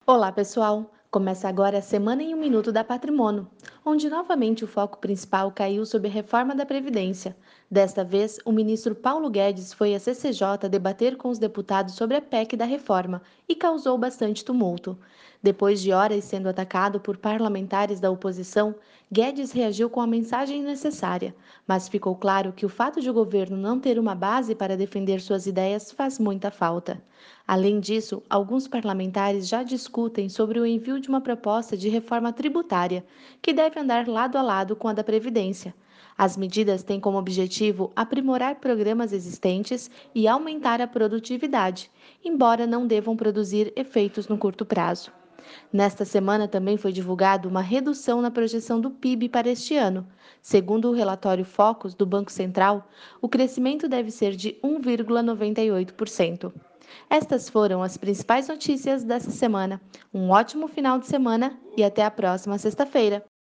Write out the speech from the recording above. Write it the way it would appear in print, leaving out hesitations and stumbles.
Olá, pessoal! Começa agora a Semana em um Minuto da Patrimônio, onde novamente o foco principal caiu sobre a reforma da Previdência. Desta vez, o ministro Paulo Guedes foi à CCJ debater com os deputados sobre a PEC da reforma e causou bastante tumulto. Depois de horas sendo atacado por parlamentares da oposição, Guedes reagiu com a mensagem necessária, mas ficou claro que o fato de o governo não ter uma base para defender suas ideias faz muita falta. Além disso, alguns parlamentares já discutem sobre o envio de uma proposta de reforma tributária, que deve andar lado a lado com a da Previdência. As medidas têm como objetivo aprimorar programas existentes e aumentar a produtividade, embora não devam produzir efeitos no curto prazo. Nesta semana também foi divulgado uma redução na projeção do PIB para este ano. Segundo o relatório Focus do Banco Central, o crescimento deve ser de 1,98%. Estas foram as principais notícias dessa semana. Um ótimo final de semana e até a próxima sexta-feira.